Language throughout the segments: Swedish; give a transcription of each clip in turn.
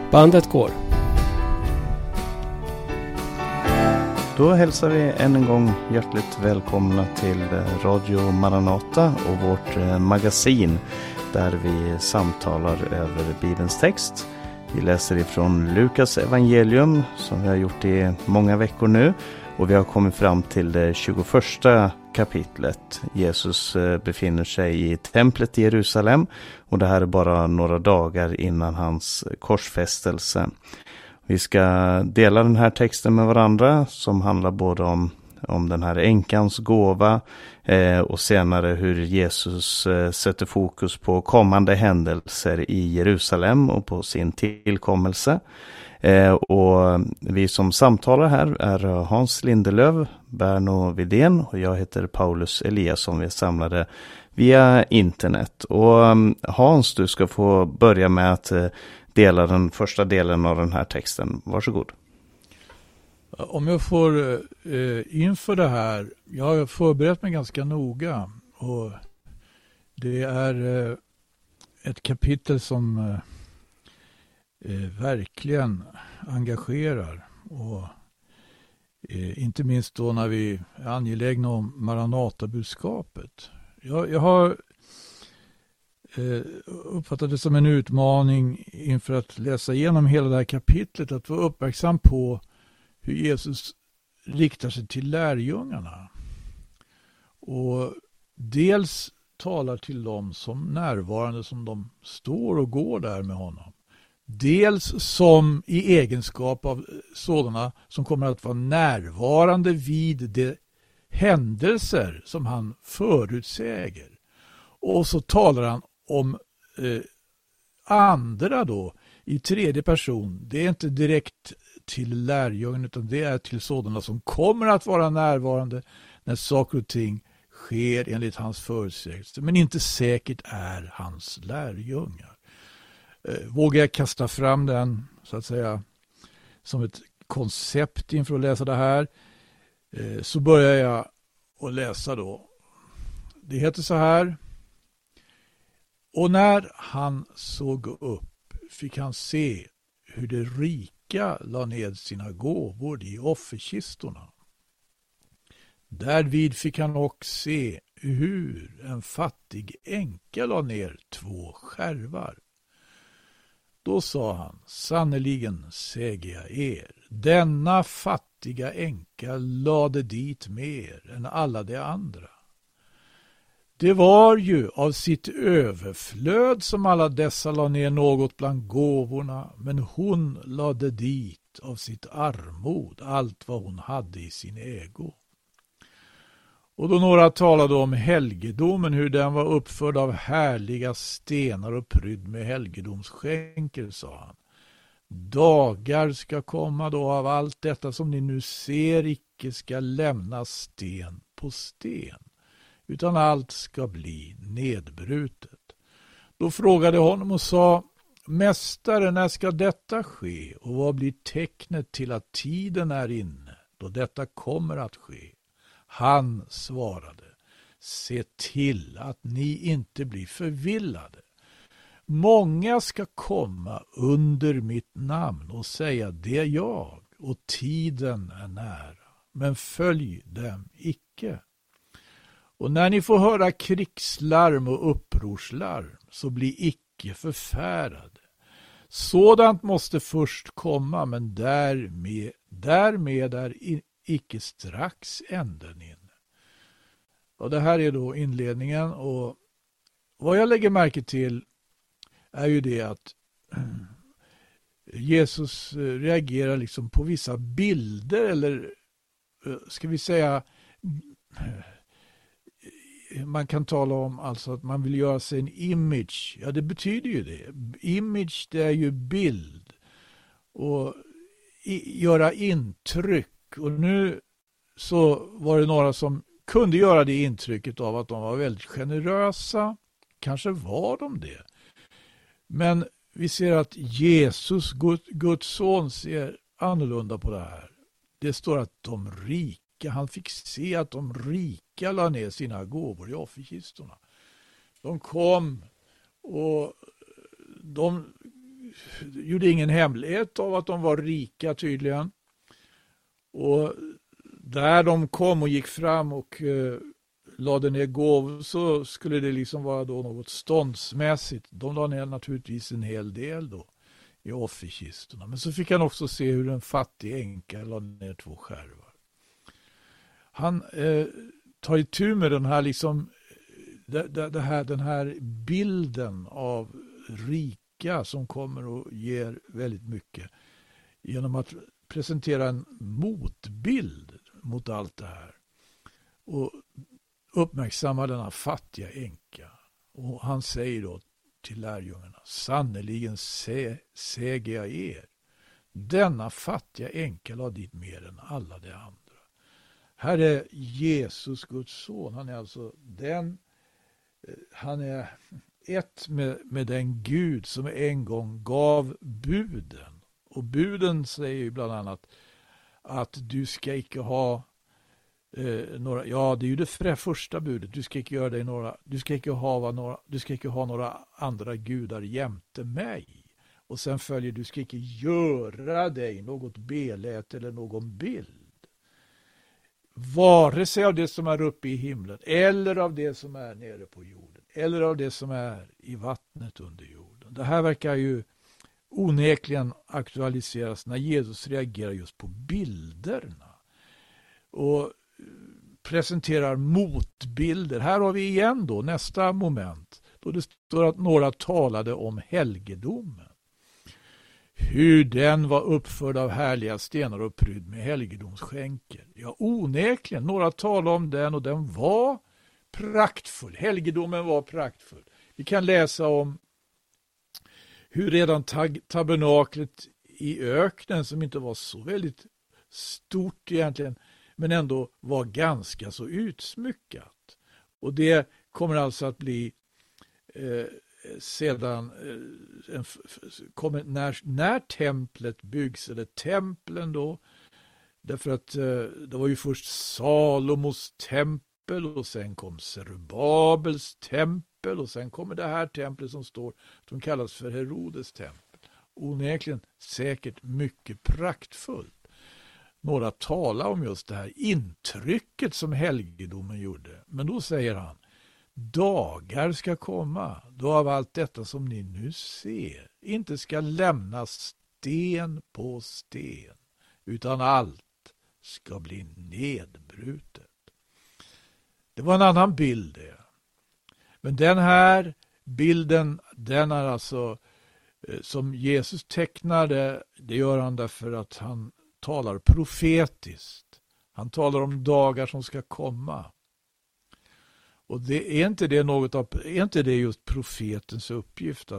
Bandet går. Då hälsar vi än en gång hjärtligt välkomna till Radio Maranata och vårt magasin där vi samtalar över Bibelns text. Vi läser ifrån Lukas evangelium som vi har gjort i många veckor nu och vi har kommit fram till det 21 kapitlet. Jesus befinner sig i templet i Jerusalem och det här är bara några dagar innan hans korsfästelse. Vi ska dela den här texten med varandra som handlar både om den här änkans gåva och senare hur Jesus sätter fokus på kommande händelser i Jerusalem och på sin tillkommelse. Och vi som samtalar här är Hans Lindelöv, Berno Vidén och jag heter Paulus Eliasson. Vi är samlade via internet. Och Hans, du ska få börja med att dela den första delen av den här texten. Varsågod. Om jag får inför det här, jag har förberett mig ganska noga och det är ett kapitel som verkligen engagerar och inte minst då när vi är angelägna om Maranata-budskapet. Jag har uppfattat det som en utmaning inför att läsa igenom hela det här kapitlet att vara uppmärksam på hur Jesus riktar sig till lärjungarna och dels talar till dem som närvarande som de står och går där med honom. Dels som i egenskap av sådana som kommer att vara närvarande vid de händelser som han förutsäger. Och så talar han om andra då i tredje person. Det är inte direkt till lärjungen utan det är till sådana som kommer att vara närvarande när saker och ting sker enligt hans förutsägelse. Men inte säkert är hans lärjungar. Vågar jag kasta fram den så att säga som ett koncept inför att läsa det här så börjar jag att läsa då. Det heter så här. Och när han såg upp fick han se hur de rika la ned sina gåvor i offerkistorna. Därvid fick han också se hur en fattig änka la ner 2 skärvar. Då sa han, sannoliken säger jag er, denna fattiga änka lade dit mer än alla de andra. Det var ju av sitt överflöd som alla dessa la ner något bland gåvorna, men hon lade dit av sitt armod allt vad hon hade i sin ägo. Och då några talade om helgedomen, hur den var uppförd av härliga stenar och prydd med helgedomsskänker, sa han. Dagar ska komma då av allt detta som ni nu ser icke ska lämna sten på sten, utan allt ska bli nedbrutet. Då frågade honom och sa, Mästare, när ska detta ske och vad blir tecknet till att tiden är inne då detta kommer att ske? Han svarade, se till att ni inte blir förvillade. Många ska komma under mitt namn och säga det är jag och tiden är nära. Men följ dem icke. Och när ni får höra krigslarm och upprorslarm så bli icke förfärade. Sådant måste först komma, men därmed är icke strax änden inne. Och det här är då inledningen, och vad jag lägger märke till är ju det att Jesus reagerar liksom på vissa bilder, eller ska vi säga, man kan tala om alltså att man vill göra sig en image. Ja, det betyder ju det. Image, det är ju bild och göra intryck. Och nu så var det några som kunde göra det intrycket av att de var väldigt generösa. Kanske var de det. Men vi ser att Jesus, Guds son, ser annorlunda på det här. Det står att de rika, han fick se att de rika la ner sina gåvor i offerkistorna. De kom och de gjorde ingen hemlighet av att de var rika tydligen. Och där de kom och gick fram och lade ner gåvor, så skulle det liksom vara då något ståndsmässigt. De la ner naturligtvis en hel del då i offerkistorna. Men så fick han också se hur en fattig änka la ner 2 skärvar. Han tar itu med den här liksom den här bilden av rika som kommer och ger väldigt mycket, genom att presentera en motbild mot allt det här och uppmärksamma denna fattiga änka. Och han säger då till lärjungarna: sannoliken säger jag er, denna fattiga änka la dit mer än alla de andra. Här är Jesus, Guds son. Han är alltså han är ett med den Gud som en gång gav buden. Och buden säger ju bland annat att du ska icke ha några, ja, det är ju det första budet. Du ska icke göra dig några, du ska icke ha några andra gudar jämte mig. Och sen följer: du ska icke göra dig något belät eller någon bild, vare sig av det som är uppe i himlen eller av det som är nere på jorden eller av det som är i vattnet under jorden. Det här verkar ju onekligen aktualiseras när Jesus reagerar just på bilderna och presenterar motbilder. Här har vi igen då nästa moment, då det står att några talade om helgedomen. Hur den var uppförd av härliga stenar och prydd med helgedomsskänker. Ja, onekligen. Några talade om den och den var praktfull. Helgedomen var praktfull. Vi kan läsa om hur redan tabernaklet i öknen, som inte var så väldigt stort egentligen, men ändå var ganska så utsmyckat. Och det kommer alltså att bli sedan kommer när templet byggs, eller templen då, därför att det var ju först Salomos tempel och sen kom Zerubabels tempel och sen kommer det här templet som kallas för Herodes tempel. Onekligen säkert mycket praktfullt. Några talar om just det här intrycket som helgedomen gjorde, men då säger han: dagar ska komma då av allt detta som ni nu ser inte ska lämnas sten på sten, utan allt ska bli nedbrutet. Det var en annan bild det. Men den här bilden, den är alltså som Jesus tecknade, det gör han därför att han talar profetiskt. Han talar om dagar som ska komma. Och är inte det just profetens uppgift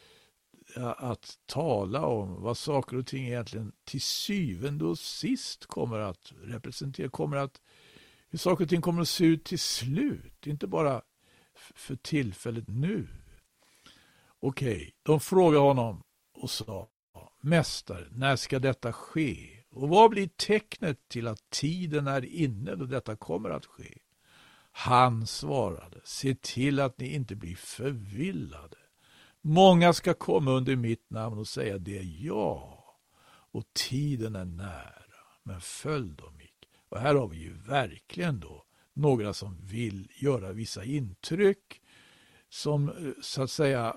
att tala om vad saker och ting egentligen till syvende och sist kommer att representera, hur saker och ting kommer att se ut till slut, inte bara för tillfället nu. Okej, de frågade honom och sa: mästare, när ska detta ske? Och vad blir tecknet till att tiden är inne då detta kommer att ske? Han svarade: se till att ni inte blir förvillade. Många ska komma under mitt namn och säga: det är jag, och tiden är nära, men följ dem icke. Och här har vi ju verkligen då några som vill göra vissa intryck som så att säga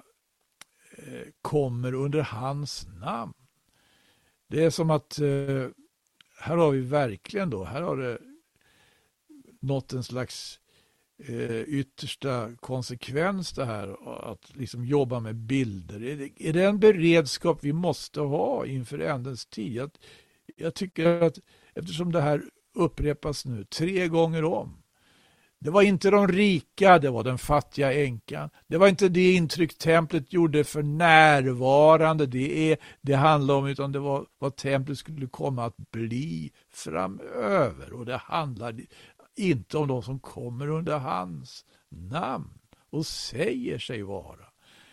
kommer under hans namn. Det är som att här har vi verkligen då, här har det nått en slags yttersta konsekvens det här, att liksom jobba med bilder. Är det en beredskap vi måste ha inför ändens tid? Jag tycker att eftersom det här upprepas nu 3 gånger om, det var inte de rika, det var den fattiga änkan. Det var inte det intryck templet gjorde för närvarande, det handlar om, utan det var vad templet skulle komma att bli framöver. Och det handlar inte om de som kommer under hans namn och säger sig vara.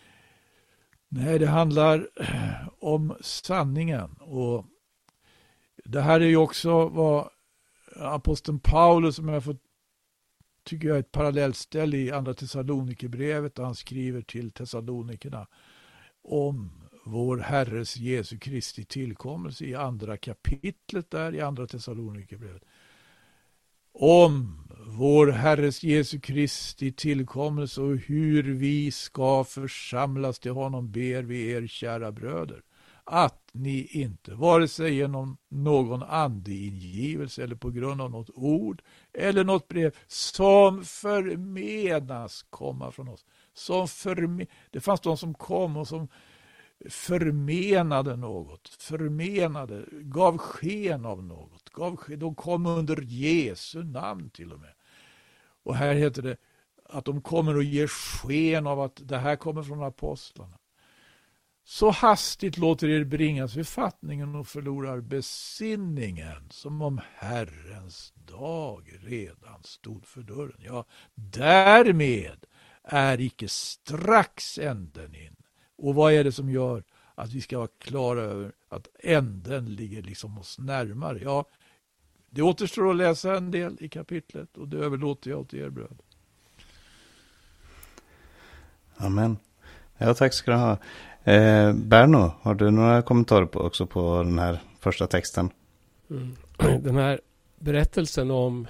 Nej, det handlar om sanningen. Och det här är ju också vad aposteln Paulus, som jag tycker jag är ett parallellställe i andra Thessalonikerbrevet, där han skriver till Thessalonikerna om vår Herres Jesu Kristi tillkommelse i andra kapitlet där i andra Thessalonikerbrevet. Om vår Herres Jesu Kristi tillkommelse och hur vi ska församlas till honom ber vi er, kära bröder, att ni inte, vare sig genom någon andeingivelse eller på grund av något ord eller något brev som förmenas komma från oss. Det fanns de som kom och som förmenade något, gav sken av något, de kom under Jesu namn till och med. Och här heter det att de kommer och ger sken av att det här kommer från apostlarna. Så hastigt låter er bringas vid fattningen och förlorar besinningen, som om Herrens dag redan stod för dörren. Ja, därmed är icke strax änden in. Och vad är det som gör att vi ska vara klara över att änden ligger liksom oss närmare? Ja, det återstår att läsa en del i kapitlet och det överlåter jag till er bröd. Amen. Ja, tack ska du ha. Berno, har du några kommentarer också på den här första texten? Den här berättelsen om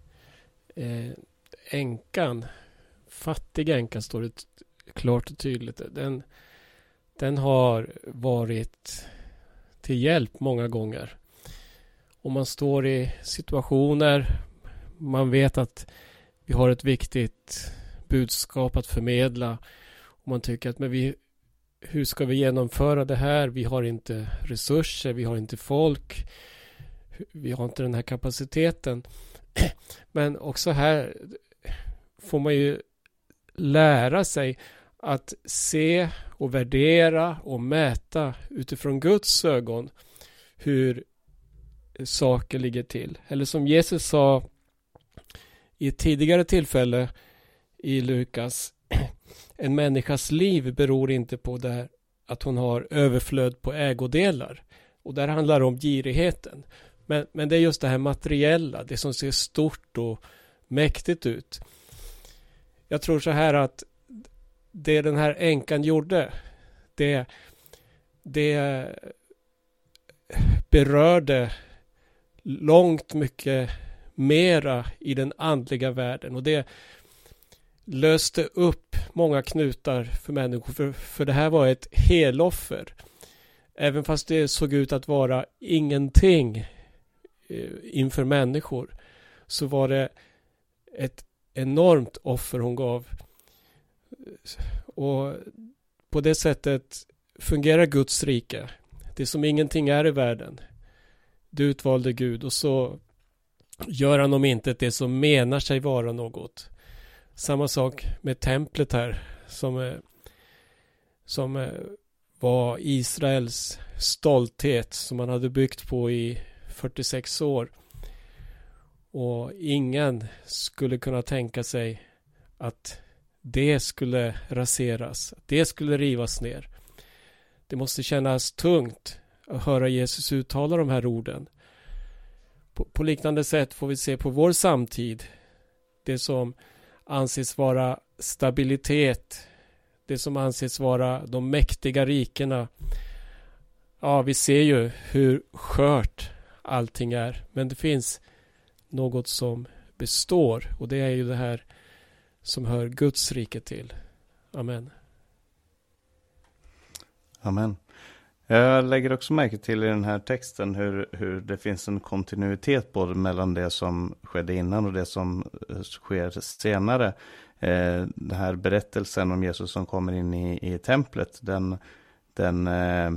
änkan, fattiga änkan, står det klart och tydligt. Den har varit till hjälp många gånger. Om man står i situationer, man vet att vi har ett viktigt budskap att förmedla och man tycker att hur ska vi genomföra det här? Vi har inte resurser, vi har inte folk, vi har inte den här kapaciteten. Men också här får man ju lära sig att se och värdera och mäta utifrån Guds ögon hur saker ligger till. Eller som Jesus sa i ett tidigare tillfälle i Lukas, en människas liv beror inte på det att hon har överflöd på ägodelar. Och där handlar det om girigheten. Men det är just det här materiella, det som ser stort och mäktigt ut. Jag tror så här att det den här änkan gjorde, det berörde långt mycket mera i den andliga världen. Och det löste upp många knutar för människor. För det här var ett heloffer. Även fast det såg ut att vara ingenting inför människor, så var det ett enormt offer hon gav. Och på det sättet fungerar Guds rike. Det som ingenting är i världen. Du utvalde Gud och så gör han om inte det som menar sig vara något. Samma sak med templet här som var Israels stolthet som man hade byggt på i 46 år. Och ingen skulle kunna tänka sig att det skulle raseras, att det skulle rivas ner. Det måste kännas tungt att höra Jesus uttala de här orden. På liknande sätt får vi se på vår samtid. Det som anses vara stabilitet, det som anses vara de mäktiga rikena. Ja, vi ser ju hur skört allting är. Men det finns något som består, och det är ju det här som hör Guds rike till. Amen. Amen. Jag lägger också märke till i den här texten hur det finns en kontinuitet både mellan det som skedde innan och det som sker senare. Den här berättelsen om Jesus som kommer in i templet, den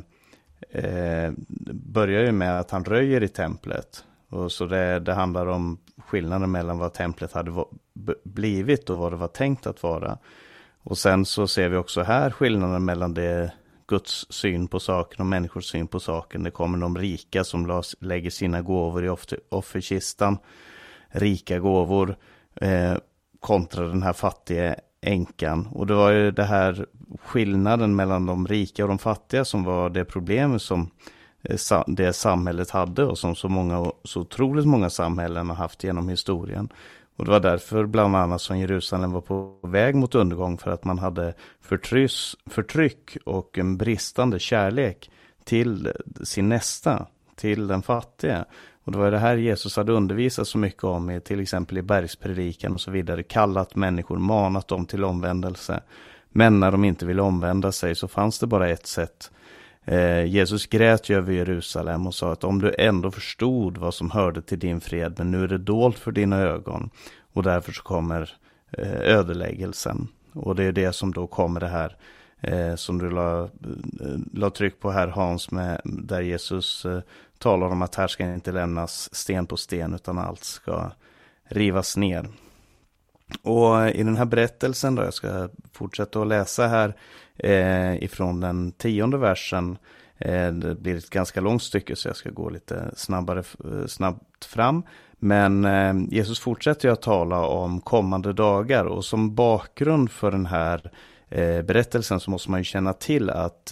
börjar ju med att han röjer i templet. Och så det handlar om skillnaden mellan vad templet hade blivit och vad det var tänkt att vara. Och sen så ser vi också här skillnaden mellan det Guds syn på saken och människors syn på saken. Det kommer de rika som lägger sina gåvor i offerkistan. Rika gåvor kontra den här fattiga änkan. Och det var ju det här skillnaden mellan de rika och de fattiga som var det problemet som det samhället hade och som så otroligt många samhällen har haft genom historien. Och det var därför bland annat som Jerusalem var på väg mot undergång, för att man hade förtryck och en bristande kärlek till sin nästa, till den fattiga. Och det var det här Jesus hade undervisat så mycket om, till exempel i bergspredikan och så vidare, kallat människor, manat dem till omvändelse. Men när de inte ville omvända sig så fanns det bara ett sätt. Jesus grät över Jerusalem och sa att om du ändå förstod vad som hörde till din fred, men nu är det dolt för dina ögon, och därför så kommer ödeläggelsen. Och det är det som då kommer det här som du la tryck på här, Hans, där Jesus talar om att här ska inte lämnas sten på sten, utan allt ska rivas ner. Och i den här berättelsen då, jag ska fortsätta att läsa här ifrån den 10:e versen. Det blir ett ganska långt stycke så jag ska gå lite snabbt fram. Men Jesus fortsätter att tala om kommande dagar, och som bakgrund för den här berättelsen så måste man ju känna till att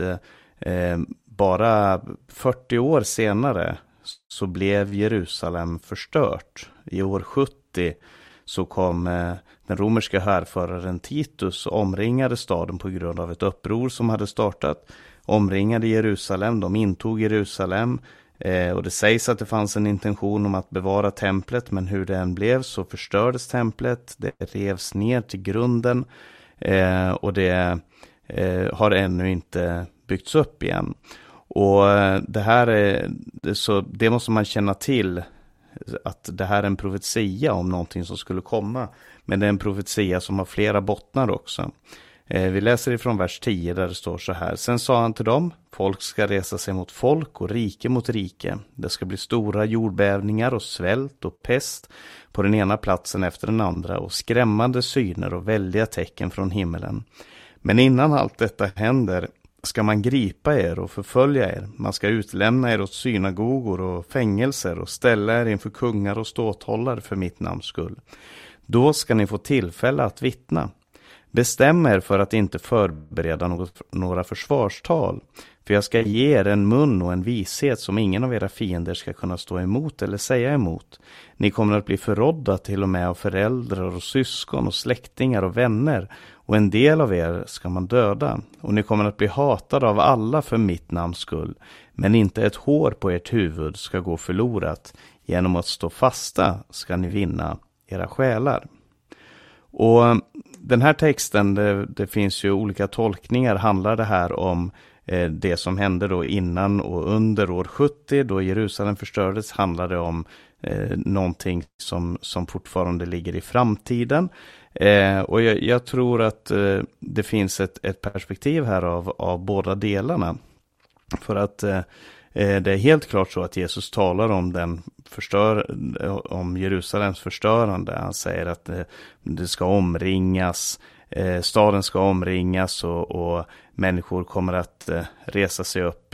bara 40 år senare så blev Jerusalem förstört. I år 70 så kom den romerska härföraren Titus och omringade staden på grund av ett uppror som hade startat. Omringade Jerusalem, de intog Jerusalem, och det sägs att det fanns en intention om att bevara templet, men hur det än blev så förstördes templet, det revs ner till grunden, och det har ännu inte byggts upp igen. Och det här så det måste man känna till, att det här är en profetia om någonting som skulle komma, men det är en profetia som har flera bottnar också. Vi läser ifrån vers 10 där det står så här: Sen sa han till dem, folk ska resa sig mot folk och rike mot rike. Det ska bli stora jordbävningar och svält och pest på den ena platsen efter den andra, och skrämmande syner och väldiga tecken från himmelen. Men innan allt detta händer ska man gripa er och förfölja er. Man ska utlämna er åt synagogor och fängelser och ställa er inför kungar och ståthållare för mitt namns skull. Då ska ni få tillfälle att vittna. Bestäm er för att inte förbereda några försvarstal, för jag ska ge er en mun och en vishet som ingen av era fiender ska kunna stå emot eller säga emot. Ni kommer att bli förrådda till och med av föräldrar och syskon och släktingar och vänner, och en del av er ska man döda, och ni kommer att bli hatade av alla för mitt namns skull, men inte ett hår på ert huvud ska gå förlorat. Genom att stå fasta ska ni vinna era själar. Och den här texten, det finns ju olika tolkningar. Handlar det här om det som hände då innan och under år 70 då Jerusalem förstördes? Handlar det om någonting som fortfarande ligger i framtiden? Och jag tror att det finns ett perspektiv här av båda delarna. För att det är helt klart så att Jesus talar om om Jerusalems förstörande. Han säger att det ska omringas, staden ska omringas, och människor kommer att resa sig upp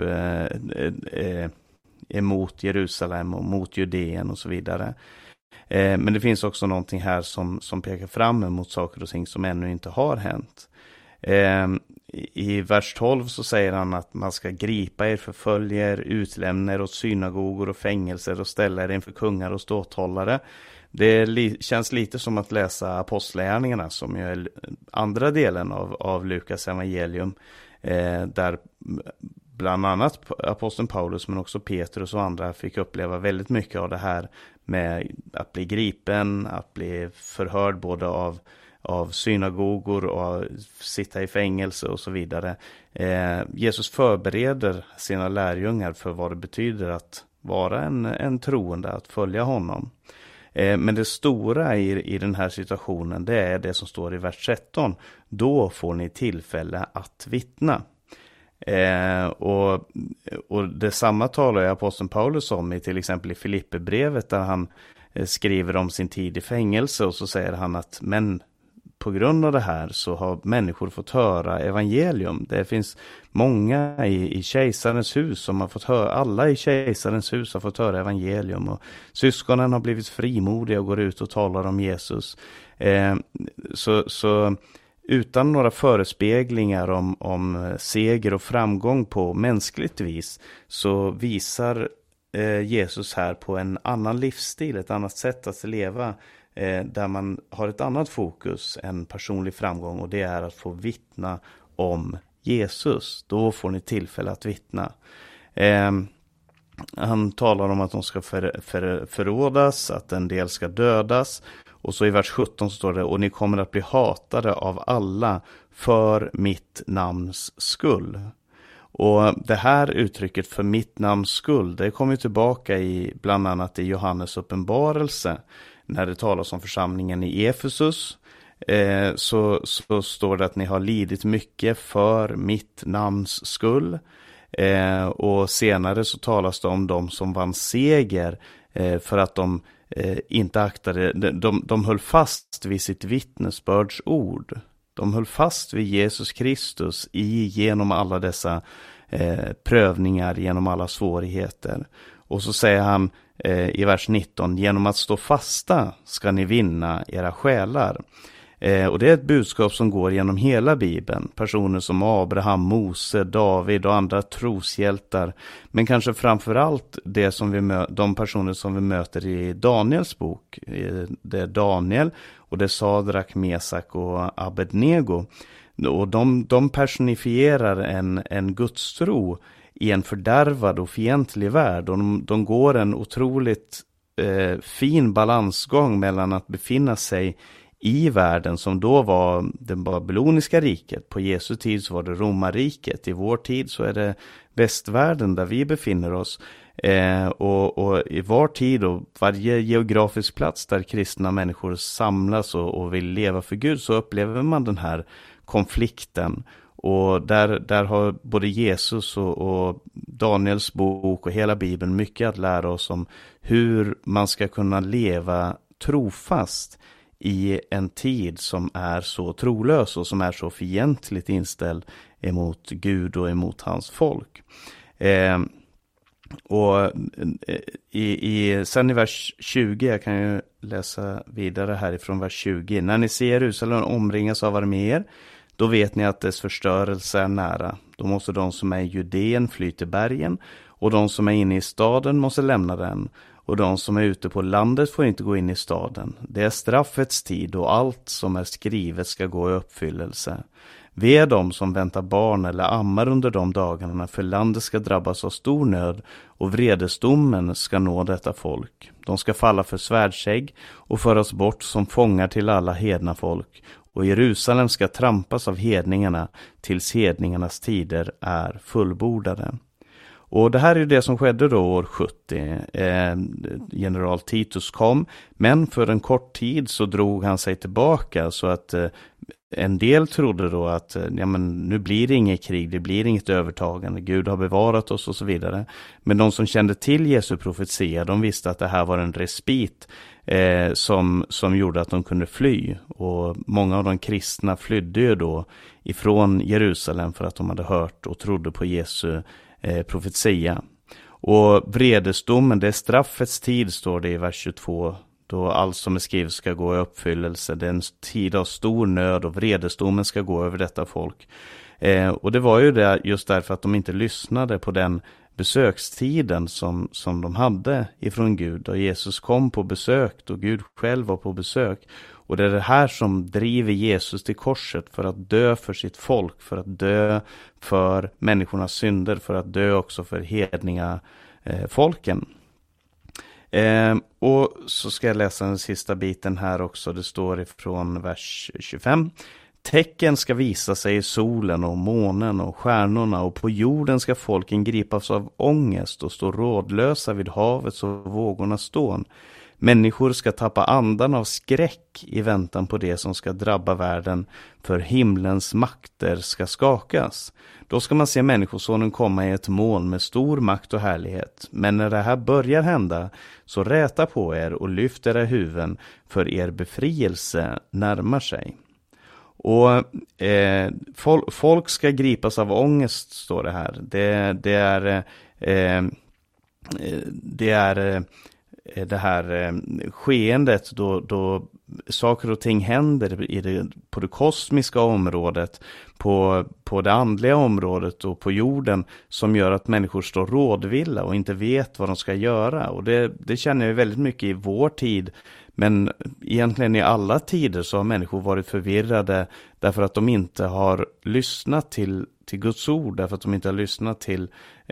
emot Jerusalem och mot Judeen och så vidare. Men det finns också någonting här som pekar fram emot saker och ting som ännu inte har hänt. I vers 12 så säger han att man ska gripa er, förfölja er, utlämna er åt synagogor och fängelser och ställa er inför kungar och ståthållare. Det känns lite som att läsa apostlagärningarna, som ju är andra delen av Lukas evangelium, där bland annat aposteln Paulus men också Petrus och andra fick uppleva väldigt mycket av det här med att bli gripen, att bli förhörd både av synagogor och sitta i fängelse och så vidare. Jesus förbereder sina lärjungar för vad det betyder att vara en troende, att följa honom. Men det stora i den här situationen, det är det som står i vers 13. Då får ni tillfälle att vittna. Och det samma talar aposteln Paulus om till exempel i Filipperbrevet, där han skriver om sin tid i fängelse, och så säger han att men på grund av det här så har människor fått höra evangelium. Det finns många i kejsarens hus som har fått höra, alla i kejsarens hus har fått höra evangelium, och syskonen har blivit frimodiga och går ut och talar om Jesus. Så utan några förespeglingar om seger och framgång på mänskligt vis, så visar Jesus här på en annan livsstil, ett annat sätt att leva, där man har ett annat fokus än personlig framgång, och det är att få vittna om Jesus. Då får ni tillfälle att vittna. Han talar om att de ska förrådas, att en del ska dödas. Och så i vers 17 står det: och ni kommer att bli hatade av alla för mitt namns skull. Och det här uttrycket för mitt namns skull, det kommer tillbaka i bland annat i Johannes uppenbarelse. När det talas om församlingen i Efesus så står det att ni har lidit mycket för mitt namns skull. Och senare så talas det om de som vann seger för att de inte aktade, de höll fast vid sitt vittnesbörds ord. De höll fast vid Jesus Kristus genom alla dessa prövningar, genom alla svårigheter. Och så säger han i vers 19: genom att stå fasta ska ni vinna era själar. Och det är ett budskap som går genom hela Bibeln. Personer som Abraham, Mose, David och andra troshjältar. Men kanske framförallt de personer som vi möter i Daniels bok. Det är Daniel och det är Sadrak, Mesak och Abednego. Och de personifierar en gudstro i en fördärvad och fientlig värld. Och de går en otroligt fin balansgång mellan att befinna sig i världen som då var det babyloniska riket. På Jesu tid så var det romarriket. I vår tid så är det västvärlden där vi befinner oss. Och i var tid och varje geografisk plats där kristna människor samlas och vill leva för Gud, så upplever man den här konflikten. Och där har både Jesus och Daniels bok och hela Bibeln mycket att lära oss om hur man ska kunna leva trofast i en tid som är så trolös och som är så fientligt inställd emot Gud och emot hans folk. Och sen i vers 20, jag kan ju läsa vidare härifrån vers 20. När ni ser Jerusalem omringas av arméer, då vet ni att dess förstörelse är nära. Då måste de som är i Judeen fly till bergen, och de som är inne i staden måste lämna den. Och de som är ute på landet får inte gå in i staden. Det är straffets tid, och allt som är skrivet ska gå i uppfyllelse. Vi är de som väntar barn eller ammar under de dagarna, för landet ska drabbas av stor nöd, och vredesdomen ska nå detta folk. De ska falla för svärdsägg och föras bort som fångar till alla hedna folk. Och Jerusalem ska trampas av hedningarna tills hedningarnas tider är fullbordade. Och det här är det som skedde då år 70. General Titus kom, men för en kort tid så drog han sig tillbaka, så att en del trodde då att nu blir det inget krig, det blir inget övertagande, Gud har bevarat oss och så vidare. Men de som kände till Jesu profetia, de visste att det här var en respit som gjorde att de kunde fly. Och många av de kristna flydde ju då ifrån Jerusalem för att de hade hört och trodde på Jesu profetia. Och vredesdomen, det är straffets tid, står det i vers 22, då allt som är skrivet ska gå i uppfyllelse. Det är en tid av stor nöd, och vredesdomen ska gå över detta folk. Och det var ju det just därför att de inte lyssnade på den besökstiden som de hade ifrån Gud. Och Jesus kom på besök, och Gud själv var på besök. Och det är det här som driver Jesus till korset, för att dö för sitt folk, för att dö för människornas synder, för att dö också för hedninga folken. Och så ska jag läsa den sista biten här också. Det står ifrån vers 25. Tecken ska visa sig i solen och månen och stjärnorna, och på jorden ska folken gripas av ångest och stå rådlösa vid havets och vågornas stån. Människor ska tappa andan av skräck i väntan på det som ska drabba världen, för himlens makter ska skakas. Då ska man se människosonen komma i ett moln med stor makt och härlighet. Men när det här börjar hända, så räta på er och lyft era huvuden, för er befrielse närmar sig. Och folk ska gripas av ångest, står det här. Det är det här skeendet då saker och ting händer på det kosmiska området, på det andliga området och på jorden, som gör att människor står rådvilla och inte vet vad de ska göra. Och det känner jag väldigt mycket i vår tid Men egentligen i alla tider så har människor varit förvirrade därför att de inte har lyssnat till Guds ord, därför att de inte har lyssnat till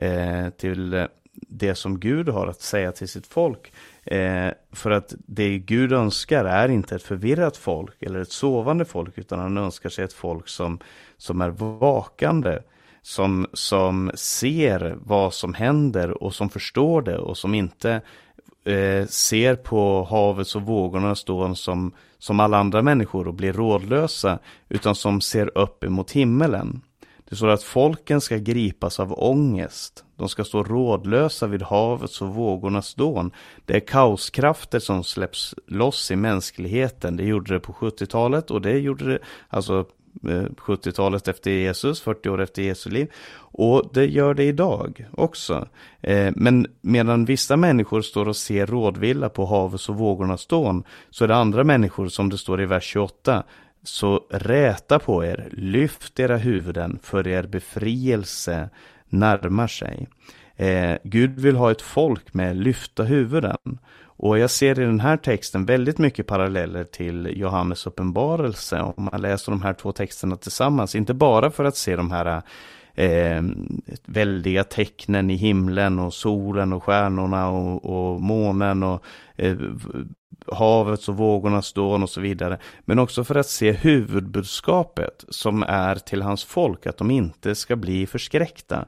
det som Gud har att säga till sitt folk. För att det Gud önskar är inte ett förvirrat folk eller ett sovande folk, utan han önskar sig ett folk som är vakande, som ser vad som händer och som förstår det, och som inte ser på havets och vågornas dån som alla andra människor och blir rådlösa, utan som ser upp emot himmelen. Det står att folken ska gripas av ångest. De ska stå rådlösa vid havets och vågornas dån. Det är kaoskrafter som släpps loss i mänskligheten. Det gjorde det på 70-talet, och det gjorde det 70-talet efter Jesus, 40 år efter Jesu liv. Och det gör det idag också. Men medan vissa människor står och ser rådvilla på havets och vågornas dån, så är det andra människor, som det står i vers 28, så räta på er, lyft era huvuden, för er befrielse närmar sig. Gud vill ha ett folk med lyfta huvuden. Och jag ser i den här texten väldigt mycket paralleller till Johannes uppenbarelse. Om man läser de här två texterna tillsammans, inte bara för att se de här väldiga tecknen i himlen och solen och stjärnorna och månen och havets och vågornas dån och så vidare, men också för att se huvudbudskapet som är till hans folk, att de inte ska bli förskräckta.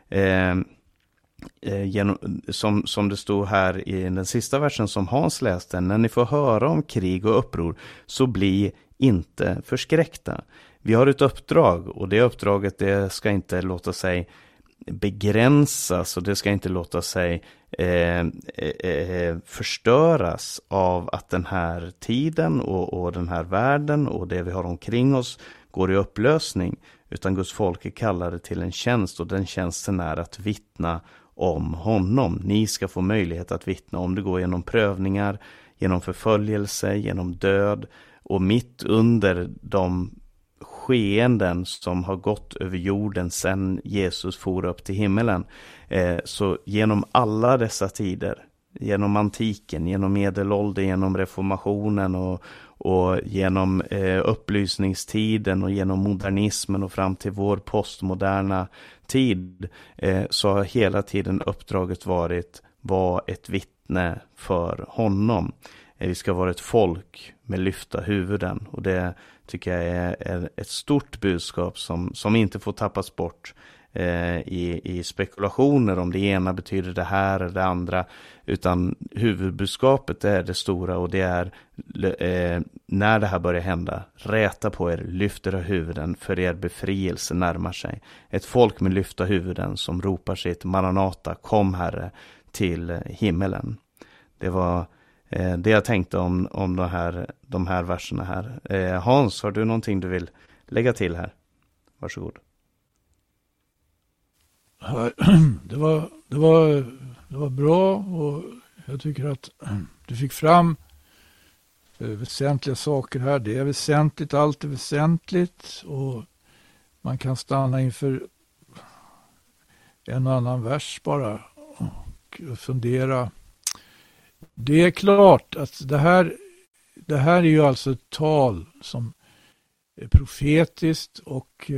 Som det stod här i den sista versen som Hans läste: när ni får höra om krig och uppror, så bli inte förskräckta. Vi har ett uppdrag, och det uppdraget, det ska inte låta sig begränsas, och det ska inte låta sig förstöras av att den här tiden och den här världen och det vi har omkring oss går i upplösning, utan Guds folk är kallade till en tjänst, och den tjänsten är att vittna om honom. Ni ska få möjlighet att vittna, om det går genom prövningar, genom förföljelse, genom död, och mitt under de skeenden som har gått över jorden sedan Jesus for upp till himmelen. Så genom alla dessa tider, genom antiken, genom medelåldern, genom reformationen och genom upplysningstiden och genom modernismen och fram till vår postmoderna tid, så har hela tiden uppdraget varit ett vittne för honom. Vi ska vara ett folk med lyfta huvuden, och det tycker jag är ett stort budskap som inte får tappas bort i spekulationer om det ena betyder det här eller det andra, utan huvudbudskapet är det stora, och det är när det här börjar hända, räta på er, lyft era huvuden, för er befrielse närmar sig. Ett folk med lyfta huvuden som ropar sitt Maranata, kom Herre, till himmelen. Det var det jag tänkte om de här verserna här. Hans, har du någonting du vill lägga till här? Varsågod. Det var bra, och jag tycker att du fick fram väsentliga saker här. Det är väsentligt, allt är väsentligt, och man kan stanna inför en och annan vers bara och fundera. Det är klart att det här är ju alltså ett tal som är profetiskt, och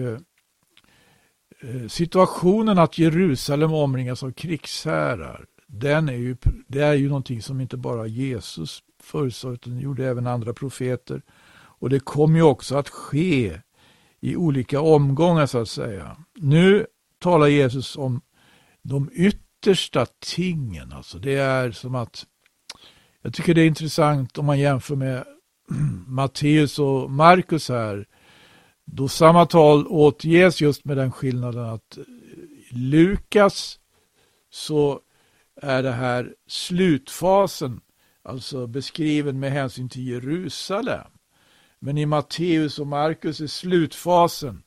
situationen att Jerusalem omringas av krigsherrar, det är ju någonting som inte bara Jesus förutsåg, utan det gjorde även andra profeter, och det kommer ju också att ske i olika omgångar, så att säga. Nu talar Jesus om de yttersta tingen, alltså det är som att, jag tycker det är intressant om man jämför med Matteus och Markus här, då samma tal återges just med den skillnaden att Lukas, så är det här slutfasen, alltså beskriven med hänsyn till Jerusalem. Men i Matteus och Markus är slutfasen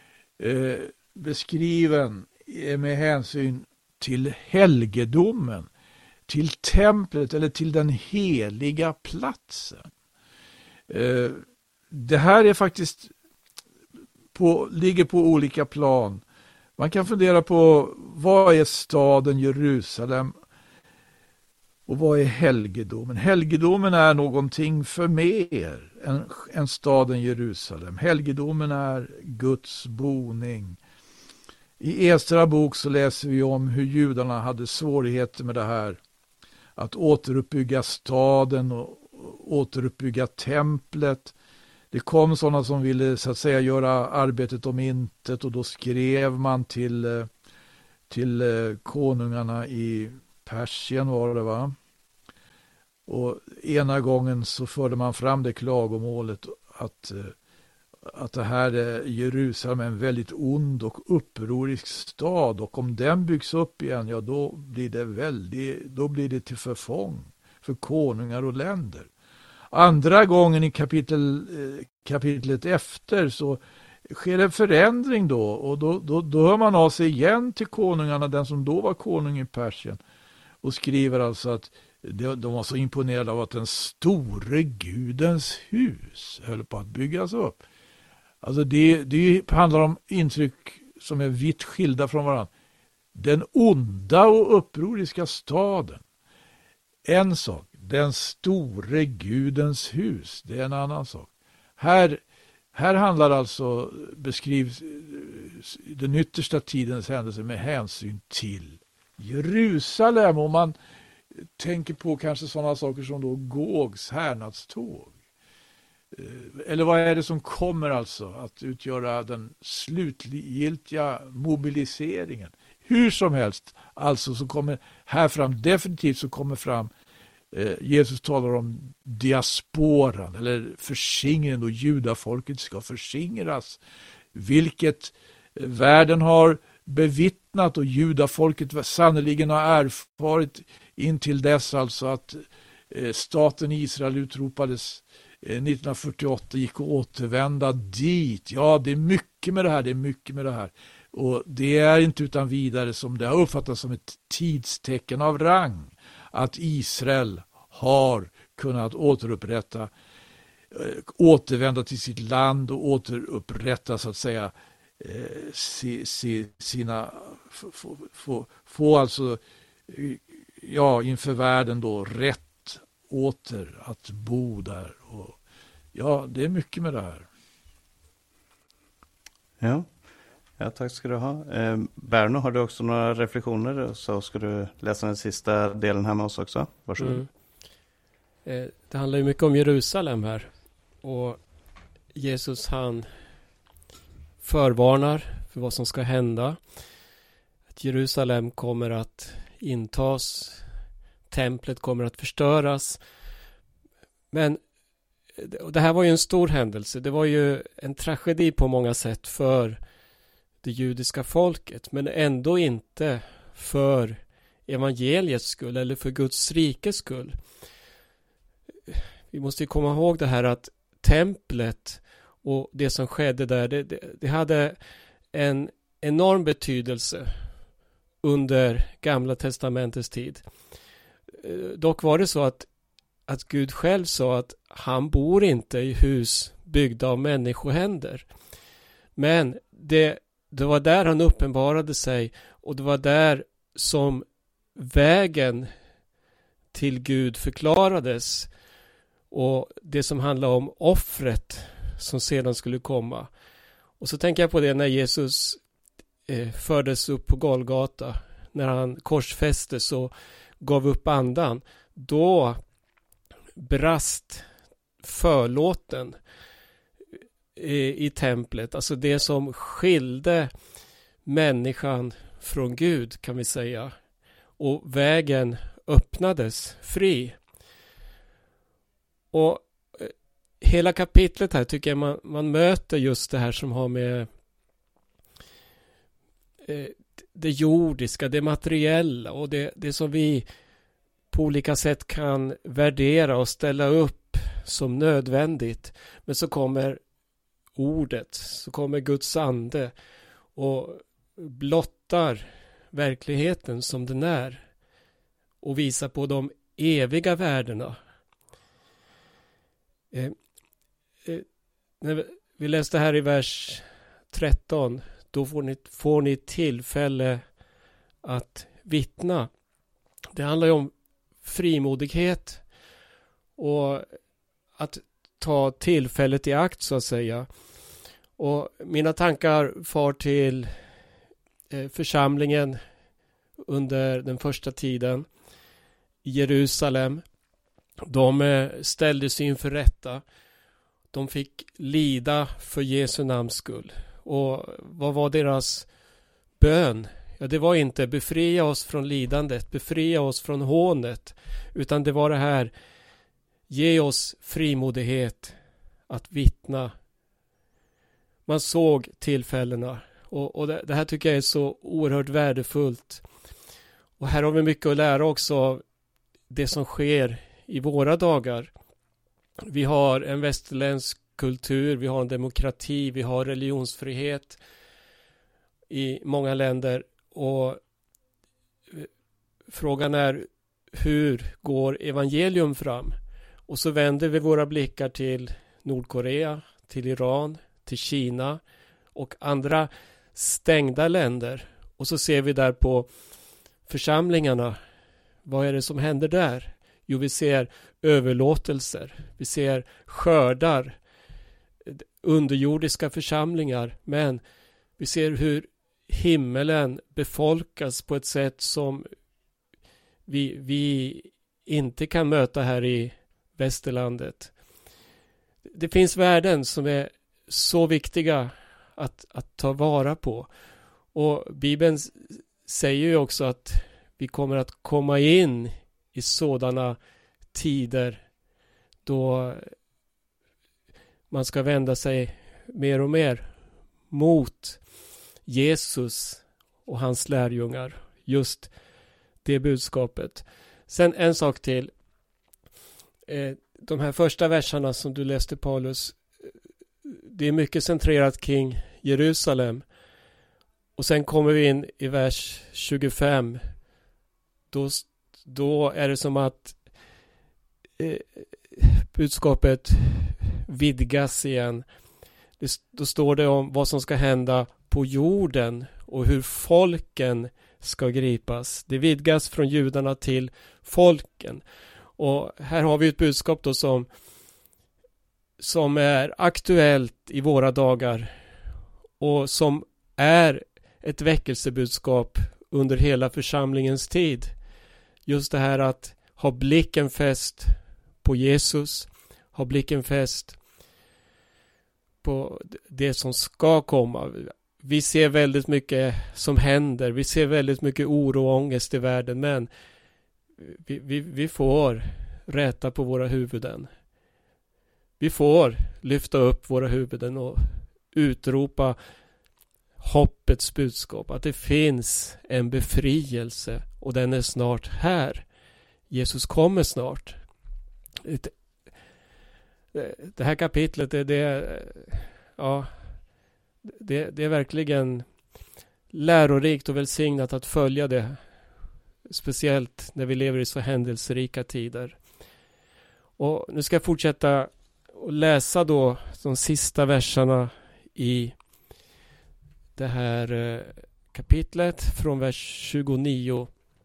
beskriven med hänsyn till helgedomen, till templet eller till den heliga platsen. Det här är faktiskt ligger på olika plan. Man kan fundera på, vad är staden Jerusalem? Och vad är helgedomen? Helgedomen är någonting för mer än staden Jerusalem. Helgedomen är Guds boning. I Esra bok så läser vi om hur judarna hade svårigheter med det här. Att återuppbygga staden och återuppbygga templet. Det kom sådana som ville så att säga göra arbetet om intet, och då skrev man till konungarna i Persien var det, va? Och ena gången så förde man fram det klagomålet att det här är Jerusalem, en väldigt ond och upprorisk stad, och om den byggs upp igen, ja då blir det till förfång för konungar och länder. Andra gången i kapitlet efter så sker en förändring då, och då hör man av sig igen till konungarna, den som då var konung i Persien, och skriver alltså att de var så imponerade av att den store Gudens hus höll på att byggas upp. Alltså det handlar om intryck som är vitt skilda från varandra. Den onda och upproriska staden, en sak. Den store Gudens hus, det är en annan sak. Här handlar alltså, beskrivs den yttersta tidens händelse med hänsyn till Jerusalem. Och man tänker på kanske sådana saker som då Gogs härnadståg. Eller vad är det som kommer alltså att utgöra den slutgiltiga mobiliseringen? Hur som helst, alltså så kommer här fram, definitivt så kommer fram, Jesus talar om diasporan eller förskingringen, och judafolket ska förskingras, vilket världen har bevittnat och judafolket sannoliken har erfarit intill dess alltså att staten Israel utropades 1948, gick att återvända dit. Ja, det är mycket med det här. Och det är inte utan vidare som det har uppfattats som ett tidstecken av rang att Israel har kunnat återvända till sitt land och återupprätta så att säga få alltså inför världen då rätt åter att bo där. Och ja, det är mycket med det här. Ja, tack ska du ha. Berno, har du också några reflektioner? Så ska du läsa den sista delen här med oss också. Varsågod. Det handlar ju mycket om Jerusalem här. Och Jesus, han förvarnar för vad som ska hända. Att Jerusalem kommer att intas. Templet kommer att förstöras. Men det här var ju en stor händelse. Det var ju en tragedi på många sätt för det judiska folket, men ändå inte för evangeliets skull eller för Guds rikes skull. Vi måste ju komma ihåg det här att templet och det som skedde där, det hade en enorm betydelse under Gamla testamentets tid. Dock var det så att Gud själv sa att han bor inte i hus byggda av människohänder. Men det var där han uppenbarade sig, och det var där som vägen till Gud förklarades, och det som handlar om offret som sedan skulle komma. Och så tänker jag på det när Jesus fördes upp på Golgata, när han korsfästes och gav upp andan. Då brast förlåten i templet, alltså det som skilde människan från Gud, kan vi säga, och vägen öppnades fri. Och hela kapitlet här tycker jag man möter just det här som har med det jordiska, det materiella och det som vi på olika sätt kan värdera och ställa upp som nödvändigt. Men så kommer ordet, så kommer Guds ande och blottar verkligheten som den är och visar på de eviga värdena. När vi läste här i vers 13, då får ni tillfälle att vittna. Det handlar ju om frimodighet och att ta tillfället i akt så att säga. Och mina tankar far till församlingen under den första tiden i Jerusalem. De ställdes inför rätta. De fick lida för Jesu namns skull. Och vad var deras bön? Ja, det var inte befria oss från lidandet, befria oss från hånet, utan det var det här: ge oss frimodighet att vittna. Man såg tillfällena och det här tycker jag är så oerhört värdefullt. Och här har vi mycket att lära också av det som sker i våra dagar. Vi har en västerländsk kultur, vi har en demokrati, vi har religionsfrihet i många länder. Och frågan är, hur går evangelium fram? Och så vänder vi våra blickar till Nordkorea, till Iran, till Kina och andra stängda länder. Och så ser vi där på församlingarna. Vad är det som händer där? Jo, vi ser överlåtelser. Vi ser skördar, underjordiska församlingar. Men vi ser hur himmelen befolkas på ett sätt som vi inte kan möta här i västerlandet. Det finns värden som är så viktiga att ta vara på. Och Bibeln säger ju också att vi kommer att komma in i sådana tider då man ska vända sig mer och mer mot Jesus och hans lärjungar. Just det budskapet. Sen en sak till. De här första verserna som du läste, Paulus, det är mycket centrerat kring Jerusalem. Och sen kommer vi in i vers 25. Då är det som att budskapet vidgas igen. Då står det om vad som ska hända på jorden och hur folken ska gripas. Det vidgas från judarna till folken. Och här har vi ett budskap då som är aktuellt i våra dagar och som är ett väckelsebudskap under hela församlingens tid. Just det här att ha blicken fäst på Jesus, ha blicken fäst på det som ska komma. Vi ser väldigt mycket som händer. Vi ser väldigt mycket oro och ångest i världen, men vi får räta på våra huvuden. Vi får lyfta upp våra huvuden och utropa hoppets budskap. Att det finns en befrielse och den är snart här. Jesus kommer snart. Det här kapitlet det är verkligen lärorikt och välsignat att följa det. Speciellt när vi lever i så händelserika tider. Och nu ska jag fortsätta och läsa då de sista verserna i det här kapitlet från vers 29.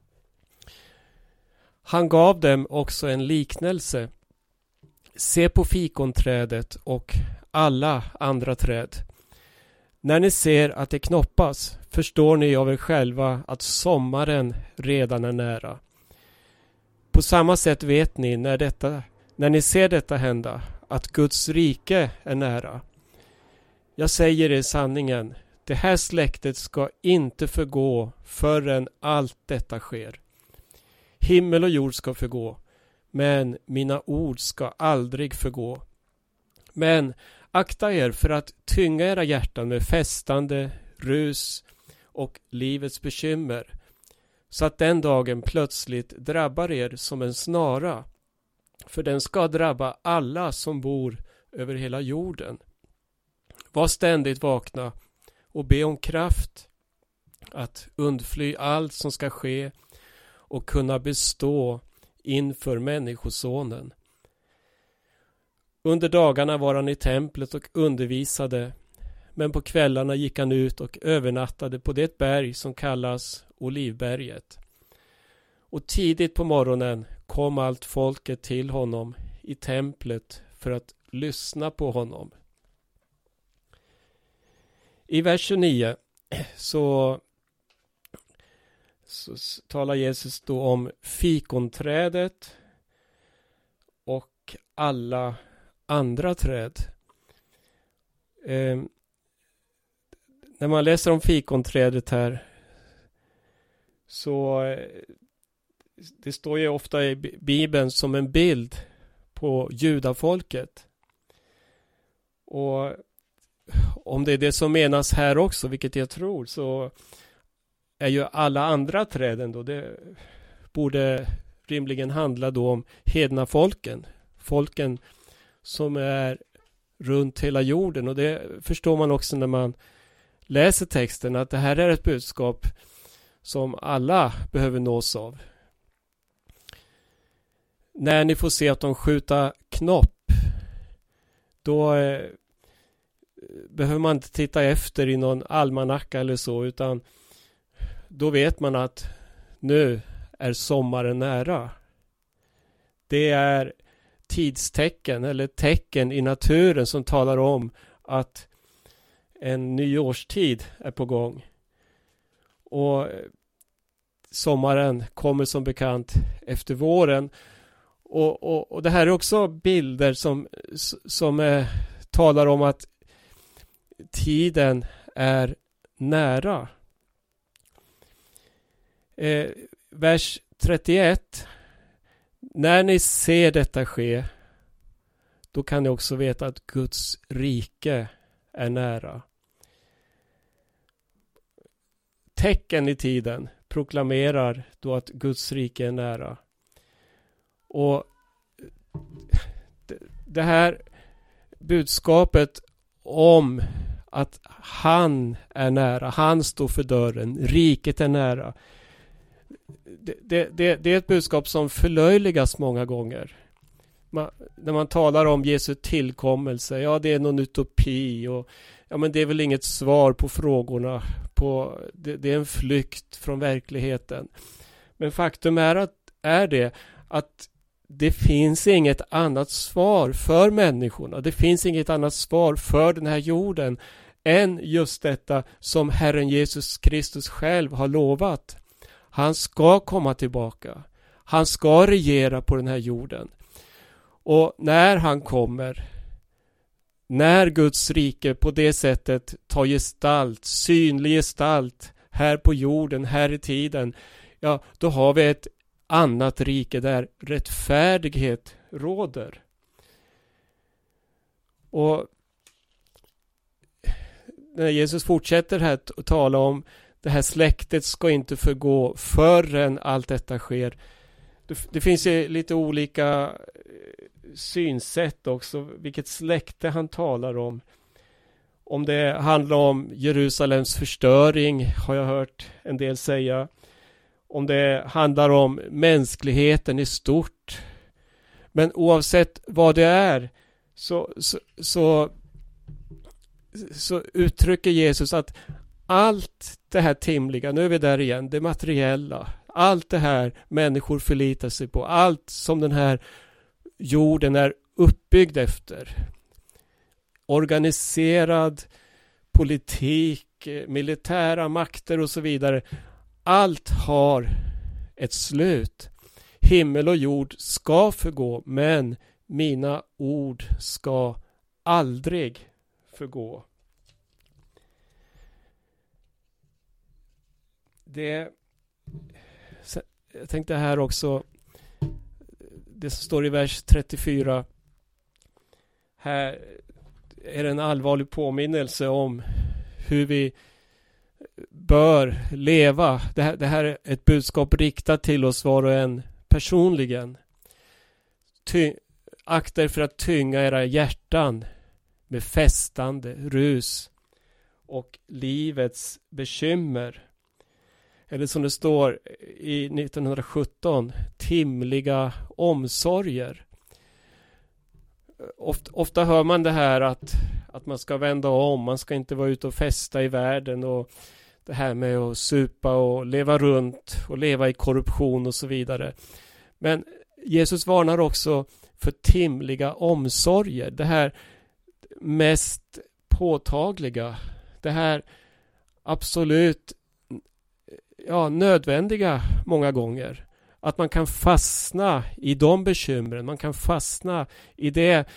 Han gav dem också en liknelse. Se på fikonträdet och alla andra träd. När ni ser att det knoppas förstår ni av er själva att sommaren redan är nära. På samma sätt vet ni när ni ser detta hända att Guds rike är nära. Jag säger er sanningen, det här släktet ska inte förgå förrän allt detta sker. Himmel och jord ska förgå, men mina ord ska aldrig förgå. Men akta er för att tynga era hjärtan med festande, rus och livets bekymmer, så att den dagen plötsligt drabbar er som en snara, för den ska drabba alla som bor över hela jorden. Var ständigt vakna och be om kraft att undfly allt som ska ske och kunna bestå inför människosonen. Under dagarna var han i templet och undervisade, men på kvällarna gick han ut och övernattade på det berg som kallas Olivberget. Och tidigt på morgonen kom allt folket till honom i templet för att lyssna på honom. I vers 29 så talar Jesus då om fikonträdet och alla andra träd. När man läser om fikonträdet här så det står ju ofta i Bibeln som en bild på judafolket. Och om det är det som menas här också, vilket jag tror, så är ju alla andra träden då, det borde rimligen handla då om hedna folken som är runt hela jorden. Och det förstår man också när man läser texten, att det här är ett budskap som alla behöver nås av. När ni får se att de skjuter knopp, då behöver man inte titta efter i någon almanacka eller så, utan då vet man att nu är sommaren nära. Det är tidstecken eller tecken i naturen som talar om att en ny årstid är på gång. Och sommaren kommer som bekant efter våren. Och det här är också bilder som talar om att tiden är nära. Vers 31. När ni ser detta ske, då kan ni också veta att Guds rike är nära. Tecken i tiden proklamerar då att Guds rike är nära. Och det här budskapet om att han är nära, han står för dörren, riket är nära. Det är ett budskap som förlöjligas många gånger. När man talar om Jesu tillkommelse, ja det är någon utopi och ja men det är väl inget svar på frågorna, det är en flykt från verkligheten. Men faktum är att det finns inget annat svar för människorna. Det finns inget annat svar för den här jorden än just detta som Herren Jesus Kristus själv har lovat. Han ska komma tillbaka. Han ska regera på den här jorden. Och när han kommer, när Guds rike på det sättet tar gestalt, synlig gestalt här på jorden, här i tiden, ja, då har vi ett annat rike där rättfärdighet råder. Och när Jesus fortsätter här att tala om det här släktet ska inte förgå förrän allt detta sker. Det finns ju lite olika synsätt också, vilket släkte han talar om. Om det handlar om Jerusalems förstöring har jag hört en del säga. Om det handlar om mänskligheten i stort. Men oavsett vad det är så uttrycker Jesus att allt det här timliga, nu är vi där igen, det materiella, allt det här människor förlitar sig på, allt som den här jorden är uppbyggd efter, organiserad politik, militära makter och så vidare, allt har ett slut. Himmel och jord ska förgå, men mina ord ska aldrig förgå. Jag tänkte här också, det som står i vers 34, här är det en allvarlig påminnelse om hur vi bör leva. Det här är ett budskap riktat till oss var och en personligen. Akta er för att tynga era hjärtan med festande, rus och livets bekymmer. Eller som det står i 1917, timliga omsorger. Ofta hör man det här att man ska vända om, man ska inte vara ute och festa i världen, och det här med att supa och leva runt och leva i korruption och så vidare. Men Jesus varnar också för timliga omsorger. Det här mest påtagliga. Det här absolut nödvändiga många gånger. Att man kan fastna i de bekymren. Man kan fastna i det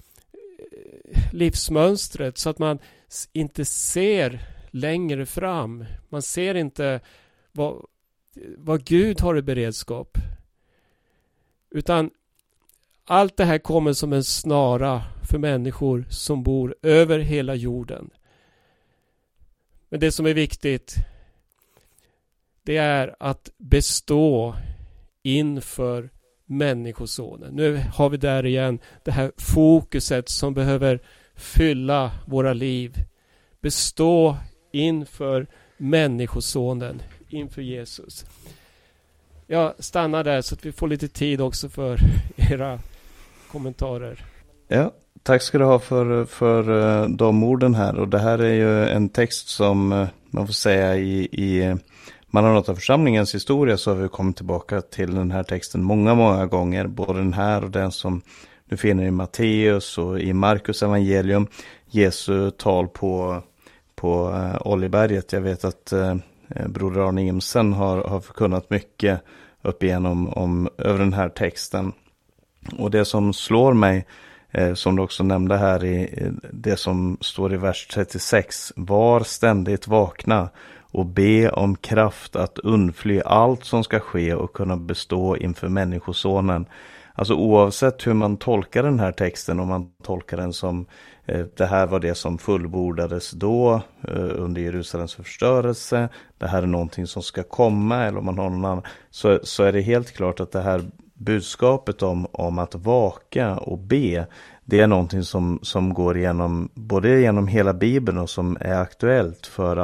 livsmönstret så att man inte ser längre fram. Man ser inte vad Gud har i beredskap. Utan allt det här kommer som en snara för människor som bor över hela jorden. Men det som är viktigt, det är att bestå inför människosonen. Nu har vi där igen det här fokuset som behöver fylla våra liv. Bestå inför människosonen, inför Jesus. Jag stannar där så att vi får lite tid också för era kommentarer. Ja, tack ska du ha för de orden här. Och det här är ju en text som man får säga i Maranataförsamlingens historia, så har vi kommit tillbaka till den här texten många gånger. Både den här och den som du finner i Matteus och i Markus evangelium. Jesu tal på Oljeberget. Jag vet att broder Arne Imsen har förkunnat mycket upp igenom över den här texten. Och det som slår mig, som du också nämnde här i det som står i vers 36. Var ständigt vakna och be om kraft att undfly allt som ska ske och kunna bestå inför människosonen. Alltså oavsett hur man tolkar den här texten, om man tolkar den som det här var det som fullbordades då under Jerusalems förstörelse, det här är någonting som ska komma, eller om man har någon annan, så är det helt klart att det här budskapet om att vaka och be, det är någonting som går igenom både genom hela Bibeln och som är aktuellt för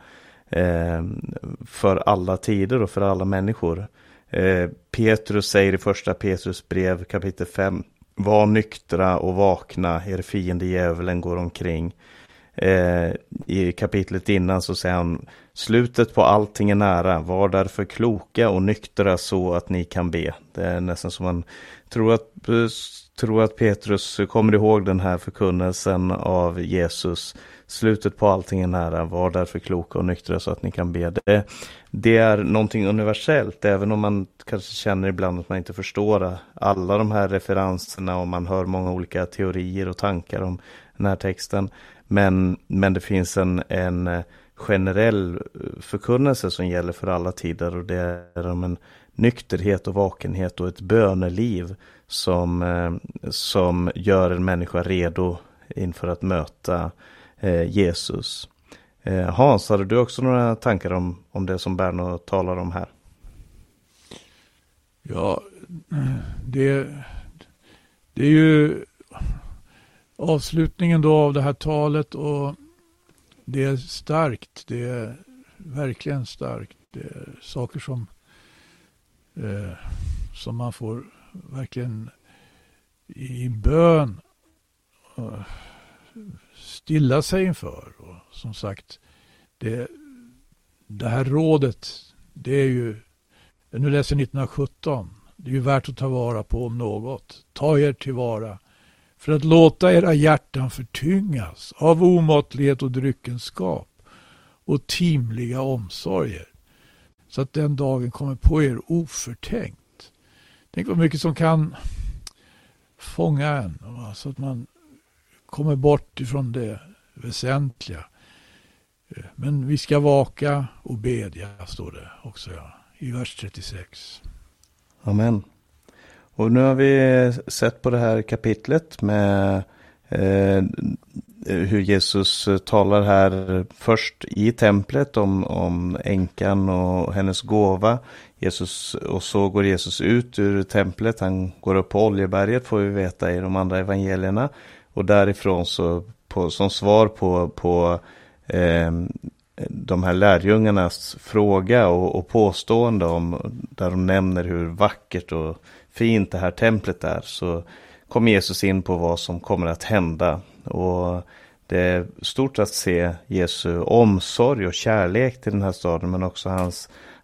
alla tider och för alla människor. Petrus säger i första Petrus brev kapitel 5: var nyktra och vakna, er fiende djävulen går omkring. I kapitlet innan så säger han: slutet på allting är nära, var därför kloka och nyktra så att ni kan be. Det är nästan som man tror att Petrus kommer ihåg den här förkunnelsen av Jesus. Slutet på allting är nära, var därför kloka och nyktra så att ni kan be. Det är någonting universellt, även om man kanske känner ibland att man inte förstår alla de här referenserna och man hör många olika teorier och tankar om den här texten. Men det finns en generell förkunnelse som gäller för alla tider, och det är om en nykterhet och vakenhet och ett böneliv som gör en människa redo inför att möta Jesus. Hans, hade du också några tankar om det som Berno talar om här? Ja, det är ju avslutningen då av det här talet, och det är starkt, det är verkligen starkt. Det är saker som man får verkligen i bön stilla sig inför. Och som sagt, det här rådet, det är ju, nu läser 1917, det är ju värt att ta vara på om något. Ta er tillvara för att låta era hjärtan förtyngas av omåttlighet och dryckenskap och timliga omsorger, så att den dagen kommer på er oförtänkt. Tänk vad mycket som kan fånga en, så att man kommer bort ifrån det väsentliga. Men vi ska vaka och bedja, står det också i vers 36. Amen. Och nu har vi sett på det här kapitlet med hur Jesus talar här först i templet om änkan och hennes gåva. Och så går Jesus ut ur templet, han går upp på Oljeberget, får vi veta i de andra evangelierna. Och därifrån så som svar på de här lärjungarnas fråga och påstående där de nämner hur vackert och fint det här templet är, så kommer Jesus in på vad som kommer att hända. Och det är stort att se Jesu omsorg och kärlek till den här staden, men också hans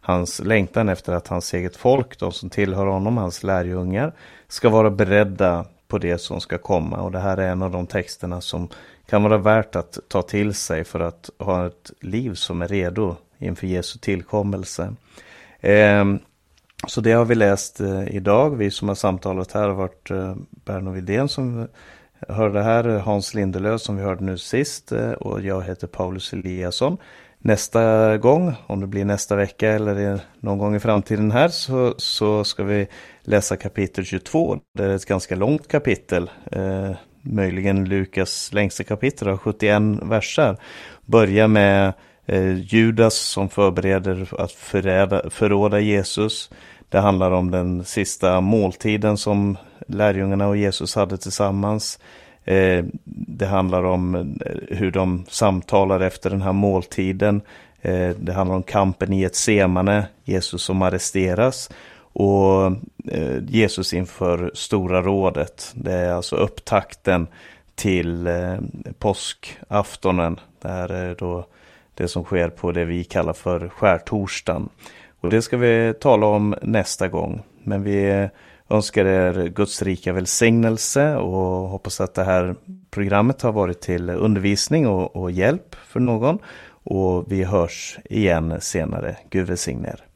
hans längtan efter att hans eget folk, de som tillhör honom, hans lärjungar, ska vara beredda på det som ska komma. Och det här är en av de texterna som kan vara värt att ta till sig för att ha ett liv som är redo inför Jesu tillkommelse. Så det har vi läst idag. Vi som har samtalat här har varit Berno Widén som hörde här, Hans Lindelöf som vi hörde nu sist, och jag heter Paulus Eliasson. Nästa gång, om det blir nästa vecka eller någon gång i framtiden här, så ska vi läsa kapitel 22. Det är ett ganska långt kapitel, möjligen Lukas längsta kapitel av 71 versar. Börjar med Judas som förbereder att förråda Jesus. Det handlar om den sista måltiden som lärjungarna och Jesus hade tillsammans. Det handlar om hur de samtalar efter den här måltiden. Det handlar om kampen i Getsemane, Jesus som arresteras, och Jesus inför Stora rådet. Det är alltså upptakten till påskaftonen. Det här är då det som sker på det vi kallar för skärtorsdagen. Och det ska vi tala om nästa gång. Men vi önskar er Guds rika välsignelse och hoppas att det här programmet har varit till undervisning och hjälp för någon. Och vi hörs igen senare. Gud välsigne er.